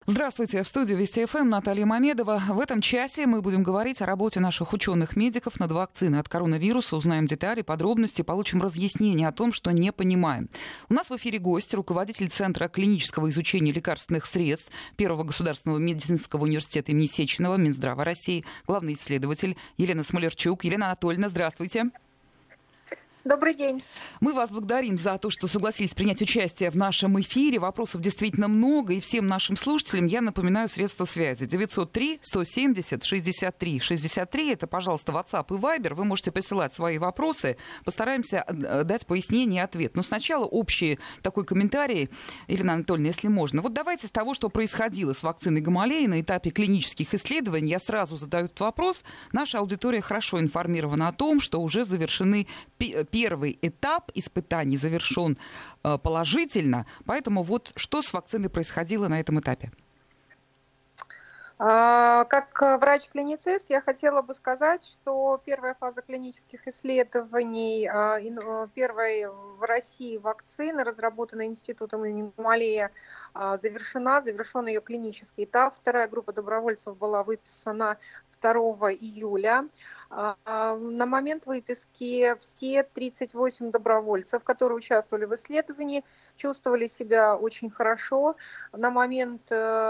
Здравствуйте, в студии Вести ФМ Наталья Мамедова. В этом часе мы будем говорить о работе наших ученых-медиков над вакциной от коронавируса. Узнаем детали, подробности, получим разъяснение о том, что не понимаем. У нас в эфире гость, руководитель Центра клинического изучения лекарственных средств Первого государственного медицинского университета имени Сеченова, Минздрава России, главный исследователь Елена Смолярчук. Елена Анатольевна, здравствуйте. Добрый день. Мы вас благодарим за то, что согласились принять участие в нашем эфире. Вопросов действительно много, и всем нашим слушателям я напоминаю средства связи. 903-170-63-63. Это, пожалуйста, WhatsApp и Viber. Вы можете присылать свои вопросы. Постараемся дать пояснение и ответ. Но сначала общий такой комментарий, Елена Анатольевна, если можно. Вот давайте с того, что происходило с вакциной Гамалеи на этапе клинических исследований. Я сразу задаю этот вопрос. Наша аудитория хорошо информирована о том, что уже завершены первый этап испытаний, завершен положительно. Поэтому вот что с вакциной происходило на этом этапе? Как врач-клиницист я хотела бы сказать, что первая фаза клинических исследований, первой в России вакцины, разработанной Институтом имени Гамалея, завершен ее клинический этап. Вторая группа добровольцев была выписана 2 июля. На момент выписки все 38 добровольцев, которые участвовали в исследовании, чувствовали себя очень хорошо. На момент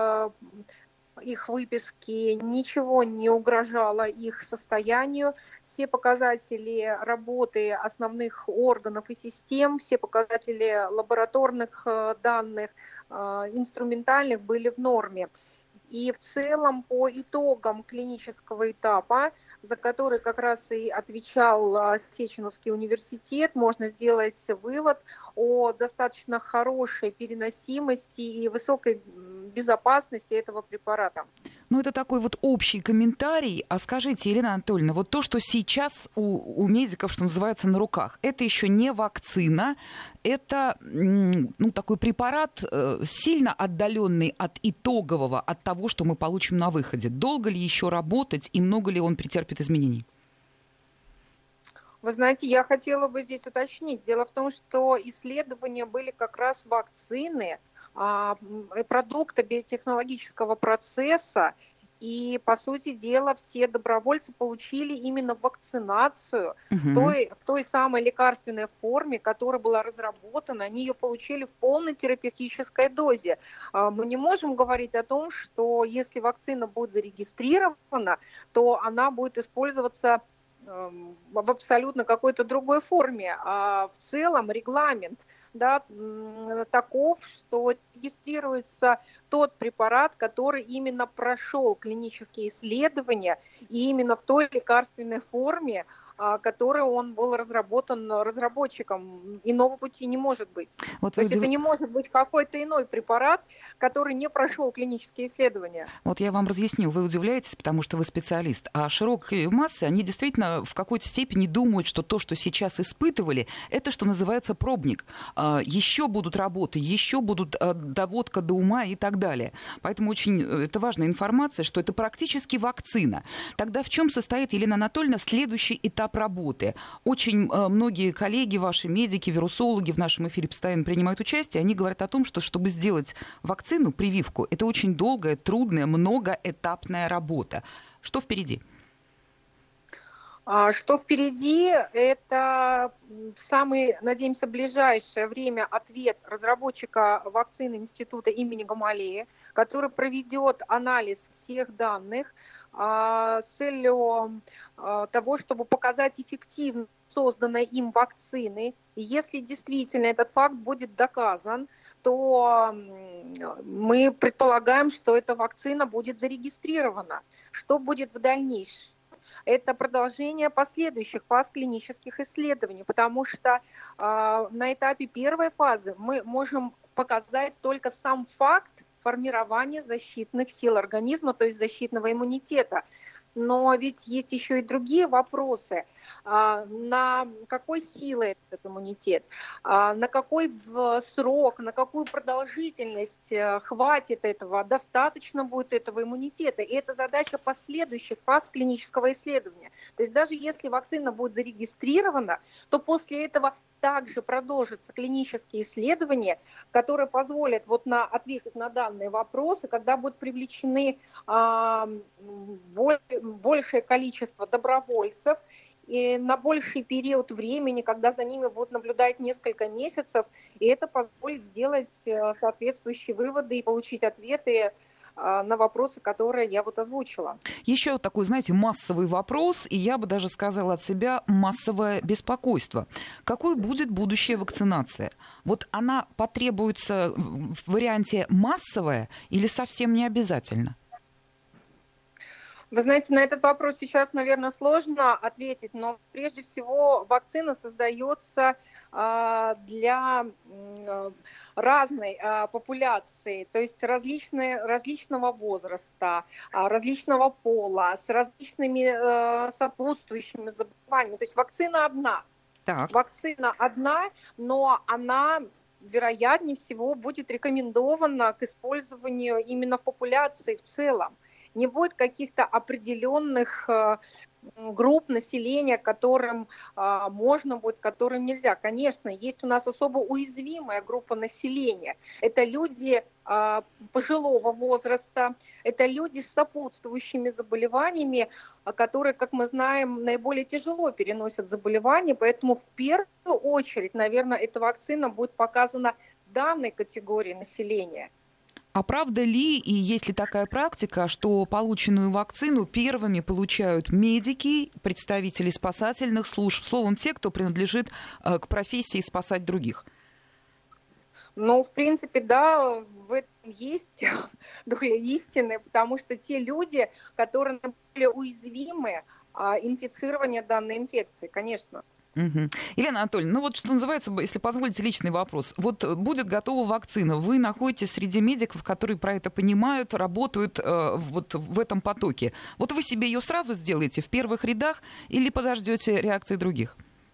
их выписки ничего не угрожало их состоянию. Все показатели работы основных органов и систем, все показатели лабораторных данных, инструментальных были в норме. И в целом по итогам клинического этапа, за который как раз и отвечал Сеченовский университет, можно сделать вывод о достаточно хорошей переносимости и высокой безопасности этого препарата. Ну, это такой вот общий комментарий. А скажите, Елена Анатольевна, вот то, что сейчас у медиков, что называется, на руках, это еще не вакцина, это такой препарат, сильно отдаленный от итогового, от того, что мы получим на выходе. Долго ли еще работать и много ли он претерпит изменений? Вы знаете, я хотела бы здесь уточнить. Дело в том, что исследования были как раз вакцины, продукта биотехнологического процесса, и, по сути дела, все добровольцы получили именно вакцинацию в той самой лекарственной форме, которая была разработана. Они ее получили в полной терапевтической дозе. Мы не можем говорить о том, что если вакцина будет зарегистрирована, то она будет использоваться в абсолютно какой-то другой форме. А в целом регламент таков, что регистрируется тот препарат, который именно прошел клинические исследования, и именно в той лекарственной форме, который он был разработан разработчиком. Иного пути не может быть. То есть это не может быть какой-то иной препарат, который не прошел клинические исследования. Вот я вам разъясню. Вы удивляетесь, потому что вы специалист. А широкие массы, они действительно в какой-то степени думают, что то, что сейчас испытывали, это, что называется, пробник. Еще будут работы, еще будут доводка до ума и так далее. Поэтому очень это важная информация, что это практически вакцина. Тогда в чем состоит, Елена Анатольевна, следующий этап работы? Очень многие коллеги, ваши медики, вирусологи в нашем эфире постоянно принимают участие. Они говорят о том, что чтобы сделать вакцину, прививку, это очень долгая, трудная, многоэтапная работа. Что впереди? Что впереди, это самый, надеемся, ближайшее время ответ разработчика вакцины Института имени Гамалеи, который проведет анализ всех данных с целью того, чтобы показать эффективность созданной им вакцины. И если действительно этот факт будет доказан, то мы предполагаем, что эта вакцина будет зарегистрирована. Что будет в дальнейшем? Это продолжение последующих фаз клинических исследований, потому что на этапе первой фазы мы можем показать только сам факт формирования защитных сил организма, то есть защитного иммунитета. Но ведь есть еще и другие вопросы. На какой силы этот иммунитет? На какой срок, на какую продолжительность хватит этого? Достаточно будет этого иммунитета? И это задача последующих фаз клинического исследования. То есть даже если вакцина будет зарегистрирована, то после этого также продолжатся клинические исследования, которые позволят ответить на данные вопросы, когда будут привлечены большее количество добровольцев, и на больший период времени, когда за ними будут наблюдать несколько месяцев, и это позволит сделать соответствующие выводы и получить ответы на вопросы, которые я озвучила. Еще такой, знаете, массовый вопрос, и я бы даже сказала от себя массовое беспокойство. Какой будет будущая вакцинация? Вот она потребуется в варианте массовая или совсем не обязательно? Вы знаете, на этот вопрос сейчас, наверное, сложно ответить, но прежде всего вакцина создается для разной популяции, то есть различного возраста, различного пола, с различными сопутствующими заболеваниями. То есть вакцина одна. Так. Вакцина одна, но она, вероятнее всего, будет рекомендована к использованию именно в популяции в целом. Не будет каких-то определенных групп населения, которым можно будет, которым нельзя. Конечно, есть у нас особо уязвимая группа населения. Это люди пожилого возраста, это люди с сопутствующими заболеваниями, которые, как мы знаем, наиболее тяжело переносят заболевания. Поэтому в первую очередь, наверное, эта вакцина будет показана данной категории населения. А правда ли и есть ли такая практика, что полученную вакцину первыми получают медики, представители спасательных служб, словом, те, кто принадлежит к профессии спасать других? Ну, в принципе, да, в этом есть доля истины, потому что те люди, которые наиболее уязвимы, инфицирование данной инфекцией, конечно. Угу. Елена Анатольевна, ну вот что называется, если позволите, личный вопрос. Вот будет готова вакцина, вы находитесь среди медиков, которые про это понимают, работают вот в этом потоке. Вот вы себе ее сразу сделаете в первых рядах или подождете реакции других?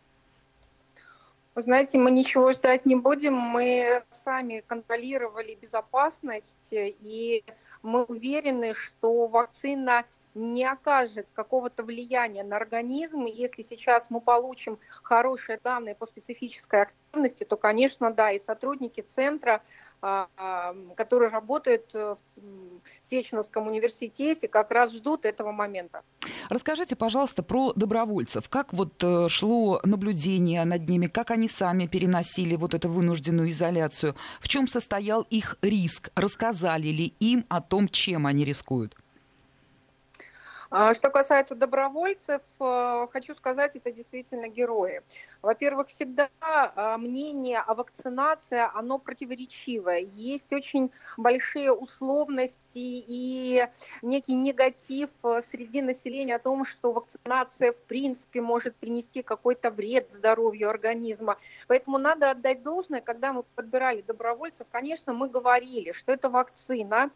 Вы знаете, мы ничего ждать не будем, мы сами контролировали безопасность, и мы уверены, что вакцина не окажет какого-то влияния на организм. И если сейчас мы получим хорошие данные по специфической активности, то, конечно, да, и сотрудники центра, которые работают в Сеченовском университете, как раз ждут этого момента. Расскажите, пожалуйста, про добровольцев. Как вот шло наблюдение над ними, как они сами переносили вот эту вынужденную изоляцию, в чем состоял их риск, рассказали ли им о том, чем они рискуют? Что касается добровольцев, хочу сказать, это действительно герои. Во-первых, всегда мнение о вакцинации, оно противоречивое. Есть очень большие условности и некий негатив среди населения о том, что вакцинация в принципе может принести какой-то вред здоровью организма. Поэтому надо отдать должное, когда мы подбирали добровольцев, конечно, мы говорили, что это вакцина,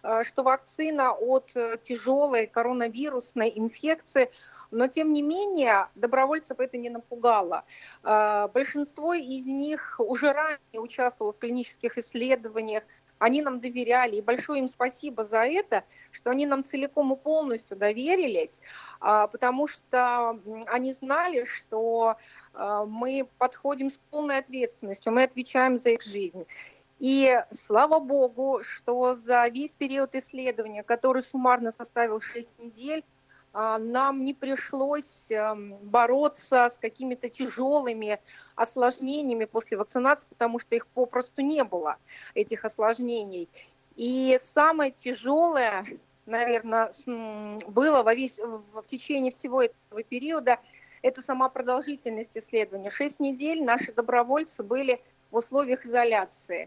от тяжелой коронавирусной инфекции, но тем не менее добровольцев это не напугало. Большинство из них уже ранее участвовало в клинических исследованиях, они нам доверяли, и большое им спасибо за это, что они нам целиком и полностью доверились, потому что они знали, что мы подходим с полной ответственностью, мы отвечаем за их жизнь. И слава богу, что за весь период исследования, который суммарно составил 6 недель, нам не пришлось бороться с какими-то тяжелыми осложнениями после вакцинации, потому что их попросту не было, этих осложнений. И самое тяжелое, наверное, было в течение всего этого периода, это сама продолжительность исследования. 6 недель наши добровольцы были в условиях изоляции.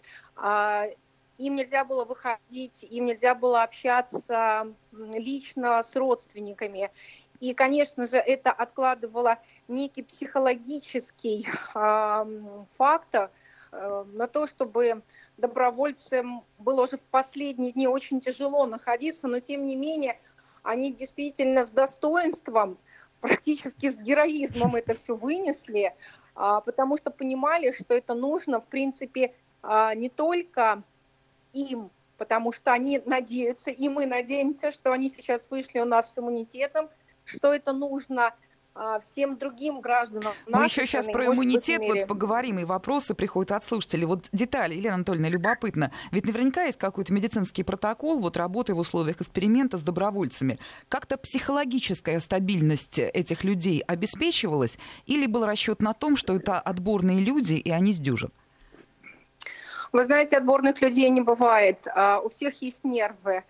Им нельзя было выходить, им нельзя было общаться лично с родственниками. И, конечно же, это откладывало некий психологический фактор на то, чтобы добровольцам было уже в последние дни очень тяжело находиться, но тем не менее они действительно с достоинством, практически с героизмом это все вынесли, потому что понимали, что это нужно, в принципе, не только им, потому что они надеются, и мы надеемся, что они сейчас вышли у нас с иммунитетом, что это нужно всем другим гражданам Мы нашей еще сейчас страны, про может быть, иммунитет в мире. поговорим, и вопросы приходят от слушателей. Вот детали, Елена Анатольевна, любопытно. Ведь наверняка есть какой-то медицинский протокол работы в условиях эксперимента с добровольцами. Как-то психологическая стабильность этих людей обеспечивалась? Или был расчет на том, что это отборные люди, и они сдюжат? Вы знаете, отборных людей не бывает. У всех есть нервы.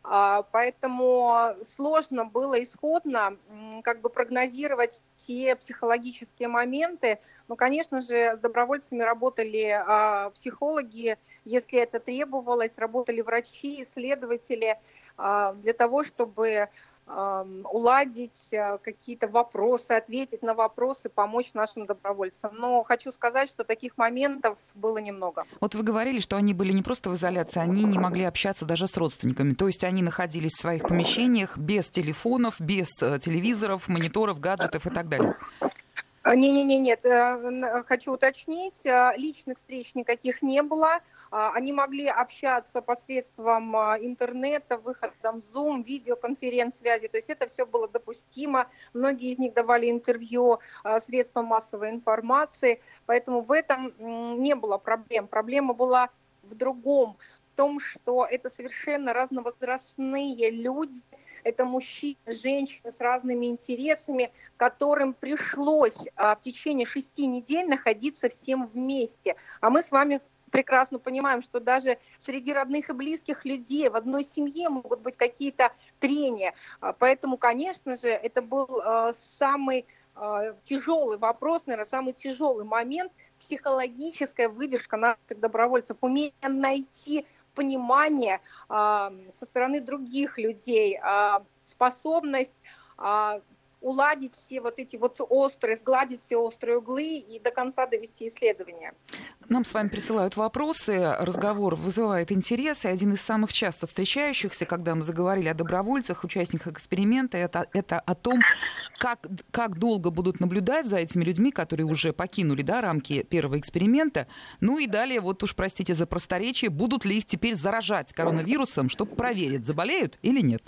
Поэтому сложно было исходно прогнозировать те психологические моменты. Но, конечно же, с добровольцами работали психологи, если это требовалось, работали врачи, исследователи для того, чтобы уладить какие-то вопросы, ответить на вопросы, помочь нашим добровольцам. Но хочу сказать, что таких моментов было немного. Вот вы говорили, что они были не просто в изоляции, они не могли общаться даже с родственниками. То есть они находились в своих помещениях без телефонов, без телевизоров, мониторов, гаджетов и так далее. Нет, хочу уточнить, личных встреч никаких не было. Они могли общаться посредством интернета, выходом в Zoom, видеоконференц-связи. То есть это все было допустимо. Многие из них давали интервью средствам массовой информации. Поэтому в этом не было проблем. Проблема была в другом. В том, что это совершенно разновозрастные люди, это мужчины, женщины с разными интересами, которым пришлось в течение 6 недель находиться всем вместе. А мы с вами прекрасно понимаем, что даже среди родных и близких людей в одной семье могут быть какие-то трения. Поэтому, конечно же, это был самый тяжелый вопрос, наверное, самый тяжелый момент, психологическая выдержка наших добровольцев, умение найти понимание со стороны других людей, способность уладить все сгладить все острые углы и до конца довести исследования. Нам с вами присылают вопросы, разговор вызывает интерес, и один из самых часто встречающихся, когда мы заговорили о добровольцах, участниках эксперимента, это о том, как долго будут наблюдать за этими людьми, которые уже покинули рамки первого эксперимента. Ну и далее, вот уж простите за просторечие, будут ли их теперь заражать коронавирусом, чтобы проверить, заболеют или нет?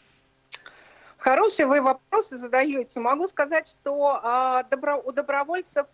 Хорошие вы вопросы задаете. Могу сказать, что у добровольцев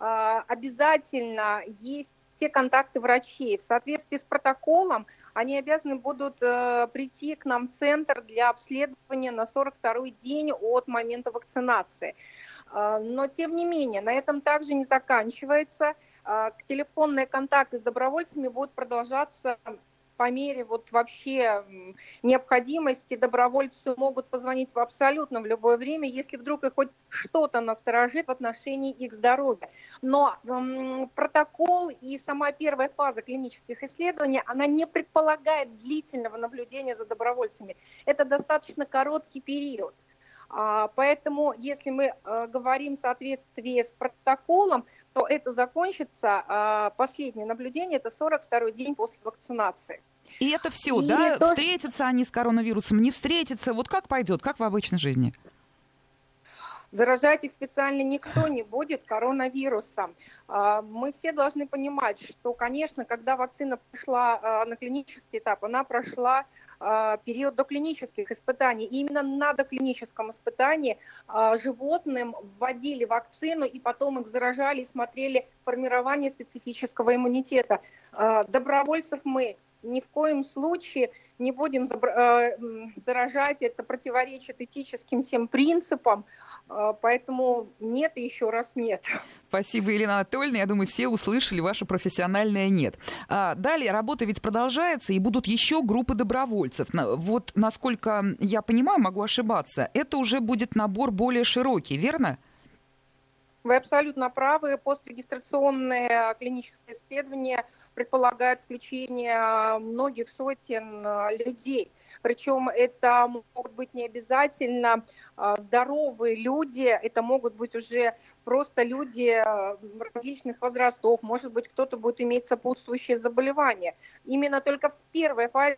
обязательно есть те контакты врачей. В соответствии с протоколом они обязаны будут прийти к нам в центр для обследования на 42-й день от момента вакцинации. Но, тем не менее, на этом также не заканчивается. Телефонные контакты с добровольцами будут продолжаться по мере вообще необходимости. Добровольцы могут позвонить абсолютно в любое время, если вдруг их хоть что-то насторожит в отношении их здоровья. Но протокол и сама первая фаза клинических исследований, она не предполагает длительного наблюдения за добровольцами. Это достаточно короткий период. Поэтому, если мы говорим в соответствии с протоколом, то это закончится, последнее наблюдение, это 42-й день после вакцинации. И это все, Встретятся они с коронавирусом, не встретятся? Вот как пойдет, как в обычной жизни? Заражать их специально никто не будет коронавирусом. Мы все должны понимать, что, конечно, когда вакцина прошла на клинический этап, она прошла период доклинических испытаний. И именно на доклиническом испытании животным вводили вакцину и потом их заражали и смотрели формирование специфического иммунитета. Добровольцев мы ни в коем случае не будем заражать, это противоречит этическим всем принципам, поэтому нет и еще раз нет. Спасибо, Елена Анатольевна. Я думаю, все услышали ваше профессиональное «нет». Далее работа ведь продолжается, и будут еще группы добровольцев. Вот, насколько я понимаю, могу ошибаться, это уже будет набор более широкий, верно? Вы абсолютно правы. Пострегистрационные клинические исследования предполагают включение многих сотен людей. Причем это могут быть не обязательно здоровые люди, это могут быть уже просто люди различных возрастов. Может быть, кто-то будет иметь сопутствующие заболевания. Именно только в первой фазе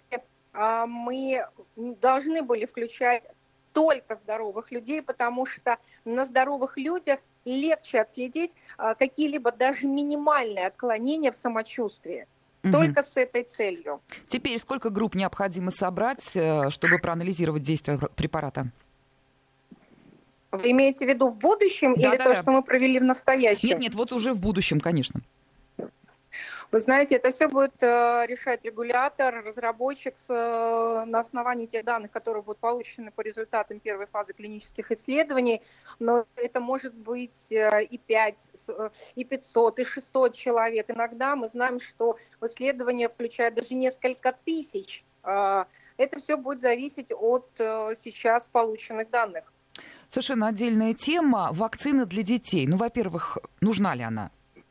мы должны были включать только здоровых людей, потому что на здоровых людях легче отследить какие-либо даже минимальные отклонения в самочувствии. Только с этой целью. Теперь сколько групп необходимо собрать, чтобы проанализировать действие препарата? Вы имеете в виду в будущем или то, Да-да-да. что мы провели в настоящем? Нет, вот уже в будущем, конечно. Вы знаете, это все будет решать регулятор, разработчик на основании тех данных, которые будут получены по результатам первой фазы клинических исследований. Но это может быть и 5, и 500, и 600 человек. Иногда мы знаем, что в исследования включают даже несколько тысяч. Это все будет зависеть от сейчас полученных данных. Совершенно отдельная тема. Вакцина для детей. Ну, во-первых, нужна ли она?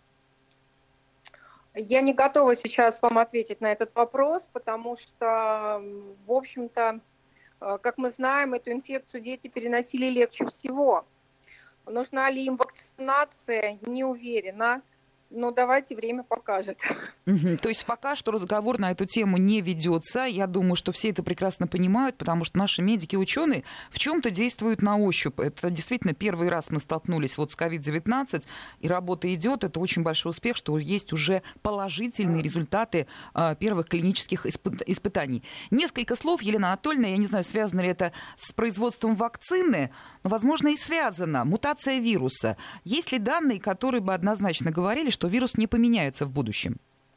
Я не готова сейчас вам ответить на этот вопрос, потому что, в общем-то, как мы знаем, эту инфекцию дети переносили легче всего. Нужна ли им вакцинация, не уверена. Но давайте, время покажет. То есть пока что разговор на эту тему не ведется. Я думаю, что все это прекрасно понимают, потому что наши медики и ученые в чем-то действуют на ощупь. Это действительно первый раз мы столкнулись вот с COVID-19, и работа идет. Это очень большой успех, что есть уже положительные результаты первых клинических испытаний. Несколько слов, Елена Анатольевна, я не знаю, связано ли это с производством вакцины, но, возможно, и связано. Мутация вируса. Есть ли данные, которые бы однозначно говорили, что вирус не поменяется в будущем?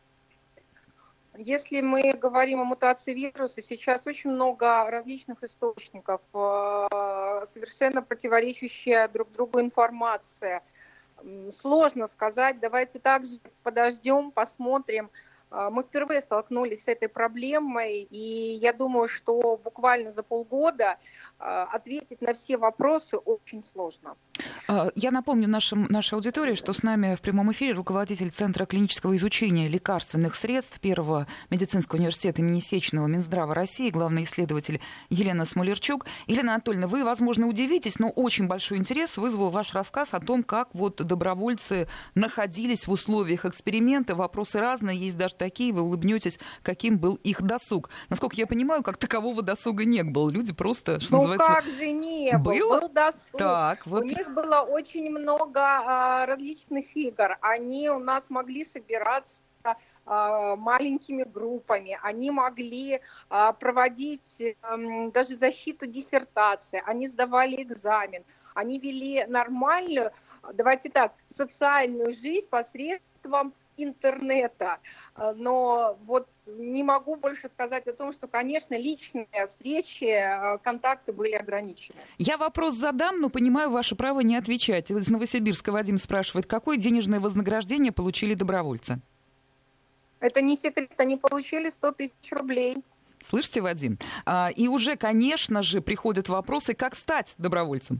Если мы говорим о мутации вируса, сейчас очень много различных источников, совершенно противоречащая друг другу информация. Сложно сказать, давайте также подождем, посмотрим. Мы впервые столкнулись с этой проблемой, и я думаю, что буквально за полгода ответить на все вопросы очень сложно. Я напомню нашей аудитории, что с нами в прямом эфире руководитель Центра клинического изучения лекарственных средств Первого медицинского университета имени Сеченова Минздрава России, главный исследователь Елена Смолерчук. Елена Анатольевна, вы, возможно, удивитесь, но очень большой интерес вызвал ваш рассказ о том, как вот добровольцы находились в условиях эксперимента. Вопросы разные, есть даже такие, вы улыбнетесь, каким был их досуг. Насколько я понимаю, как такового досуга не было. Люди просто, что называется... как же не был? Был досуг. Так, вот. У них было очень много различных игр. Они у нас могли собираться маленькими группами, они могли проводить даже защиту диссертации, они сдавали экзамен, они вели нормальную, давайте так, социальную жизнь посредством интернета. Но вот не могу больше сказать о том, что, конечно, личные встречи, контакты были ограничены. Я вопрос задам, но понимаю ваше право не отвечать. Из Новосибирска Вадим спрашивает, какое денежное вознаграждение получили добровольцы? Это не секрет, они получили 100 тысяч рублей. Слышите, Вадим? И уже, конечно же, приходят вопросы, как стать добровольцем.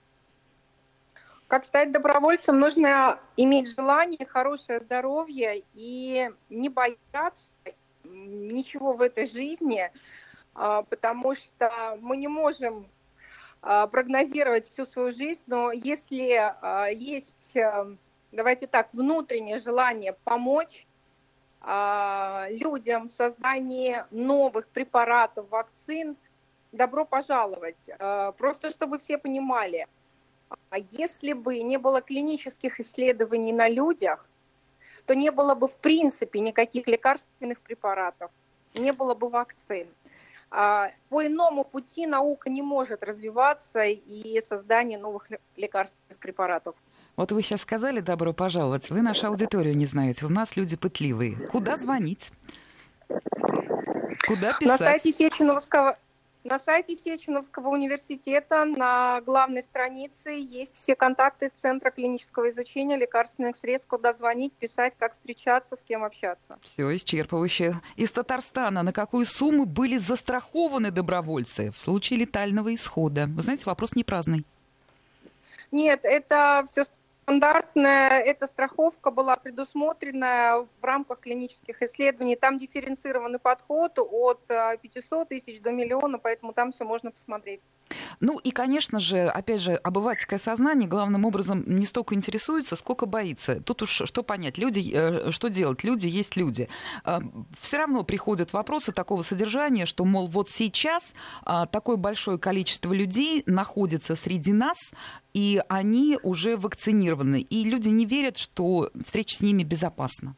Как стать добровольцем, нужно иметь желание, хорошее здоровье и не бояться ничего в этой жизни, потому что мы не можем прогнозировать всю свою жизнь, но если есть, давайте так, внутреннее желание помочь людям в создании новых препаратов, вакцин, добро пожаловать. Просто чтобы все понимали, если бы не было клинических исследований на людях, то не было бы в принципе никаких лекарственных препаратов, не было бы вакцин. По иному пути наука не может развиваться и создание новых лекарственных препаратов. Вот вы сейчас сказали «добро пожаловать», вы нашу аудиторию не знаете, у нас люди пытливые. Куда звонить? Куда писать? На сайте Сеченовского университета на главной странице есть все контакты Центра клинического изучения лекарственных средств, куда звонить, писать, как встречаться, с кем общаться. Все исчерпывающе. Из Татарстана на какую сумму были застрахованы добровольцы в случае летального исхода? Вы знаете, вопрос не праздный. Нет, это все стандартная, эта страховка была предусмотрена в рамках клинических исследований. Там дифференцированный подход от 500 тысяч до миллиона, поэтому там все можно посмотреть. Ну и, конечно же, опять же, обывательское сознание главным образом не столько интересуется, сколько боится. Тут уж что понять, люди, что делать? Люди есть люди. Все равно приходят вопросы такого содержания, что, мол, вот сейчас такое большое количество людей находится среди нас, и они уже вакцинированы. И люди не верят, что встреча с ними безопасна.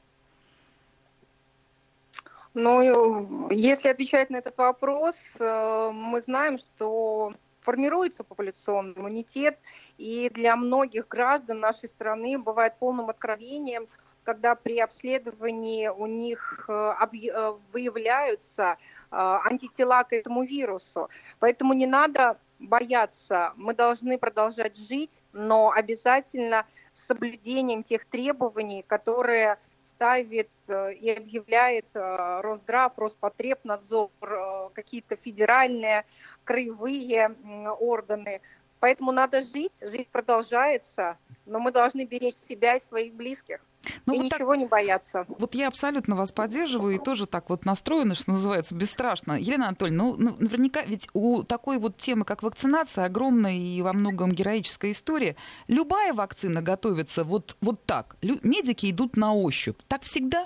Ну, если отвечать на этот вопрос, мы знаем, что формируется популяционный иммунитет, и для многих граждан нашей страны бывает полным откровением, когда при обследовании у них выявляются антитела к этому вирусу. Поэтому не надо бояться, мы должны продолжать жить, но обязательно с соблюдением тех требований, которые ставит и объявляет Росздрав, Роспотребнадзор, какие-то федеральные, краевые органы. Поэтому надо жить, жизнь продолжается, но мы должны беречь себя и своих близких. И вот ничего не бояться. Вот я абсолютно вас поддерживаю и тоже так вот настроена, что называется, бесстрашно. Елена Анатольевна, ну, наверняка ведь у такой вот темы, как вакцинация, огромная и во многом героическая история. Любая вакцина готовится вот так. Медики идут на ощупь. Так всегда?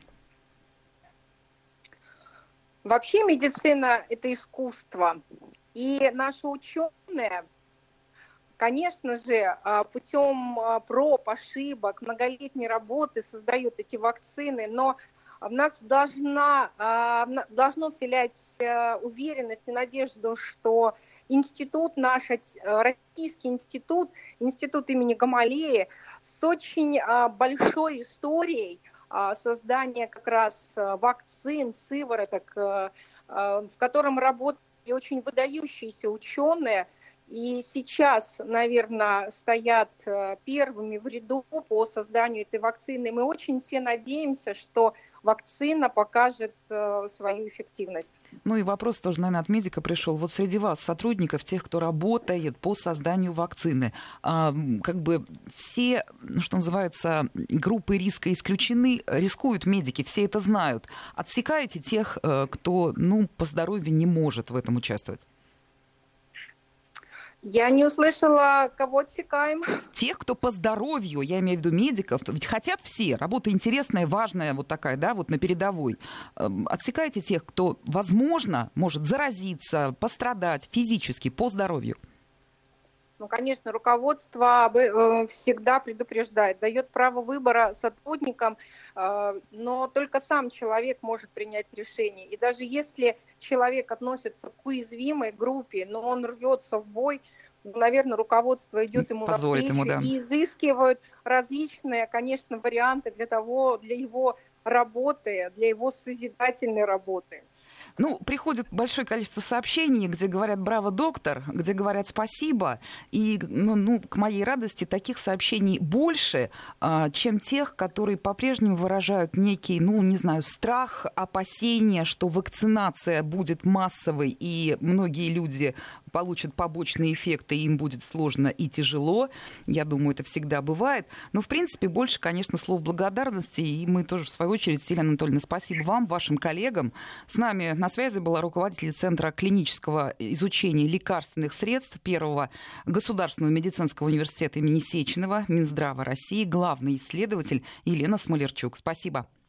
Вообще медицина – это искусство. И наши ученые, конечно же, путем проб, ошибок, многолетней работы создают эти вакцины, но в нас должно вселять уверенность и надежду, что институт наш, Российский институт, институт имени Гамалеи, с очень большой историей создания как раз вакцин, сывороток, в котором работали очень выдающиеся ученые, и сейчас, наверное, стоят первыми в ряду по созданию этой вакцины. Мы очень все надеемся, что вакцина покажет свою эффективность. Ну и вопрос тоже, наверное, от медика пришел. Вот среди вас, сотрудников, тех, кто работает по созданию вакцины, как бы все, что называется, группы риска исключены, рискуют медики, все это знают. Отсекаете тех, кто, по здоровью не может в этом участвовать? Я не услышала, кого отсекаем. Тех, кто по здоровью, я имею в виду медиков, ведь хотят все, работа интересная, важная, вот такая, да, вот на передовой. Отсекайте тех, кто, возможно, может заразиться, пострадать физически по здоровью. Ну, конечно, руководство всегда предупреждает, дает право выбора сотрудникам, но только сам человек может принять решение. И даже если человек относится к уязвимой группе, но он рвется в бой, наверное, руководство идет ему навстречу и изыскивают различные, конечно, варианты для его работы, для его созидательной работы. Приходит большое количество сообщений, где говорят «Браво, доктор», где говорят «Спасибо». И, к моей радости, таких сообщений больше, чем тех, которые по-прежнему выражают некий, страх, опасения, что вакцинация будет массовой, и многие люди получат побочные эффекты, и им будет сложно и тяжело. Я думаю, это всегда бывает. Но, в принципе, больше, конечно, слов благодарности. И мы тоже, в свою очередь, Елена Анатольевна, спасибо вам, вашим коллегам. С нами на связи была руководитель Центра клинического изучения лекарственных средств Первого государственного медицинского университета имени Сеченова, Минздрава России, главный исследователь Елена Смолерчук. Спасибо.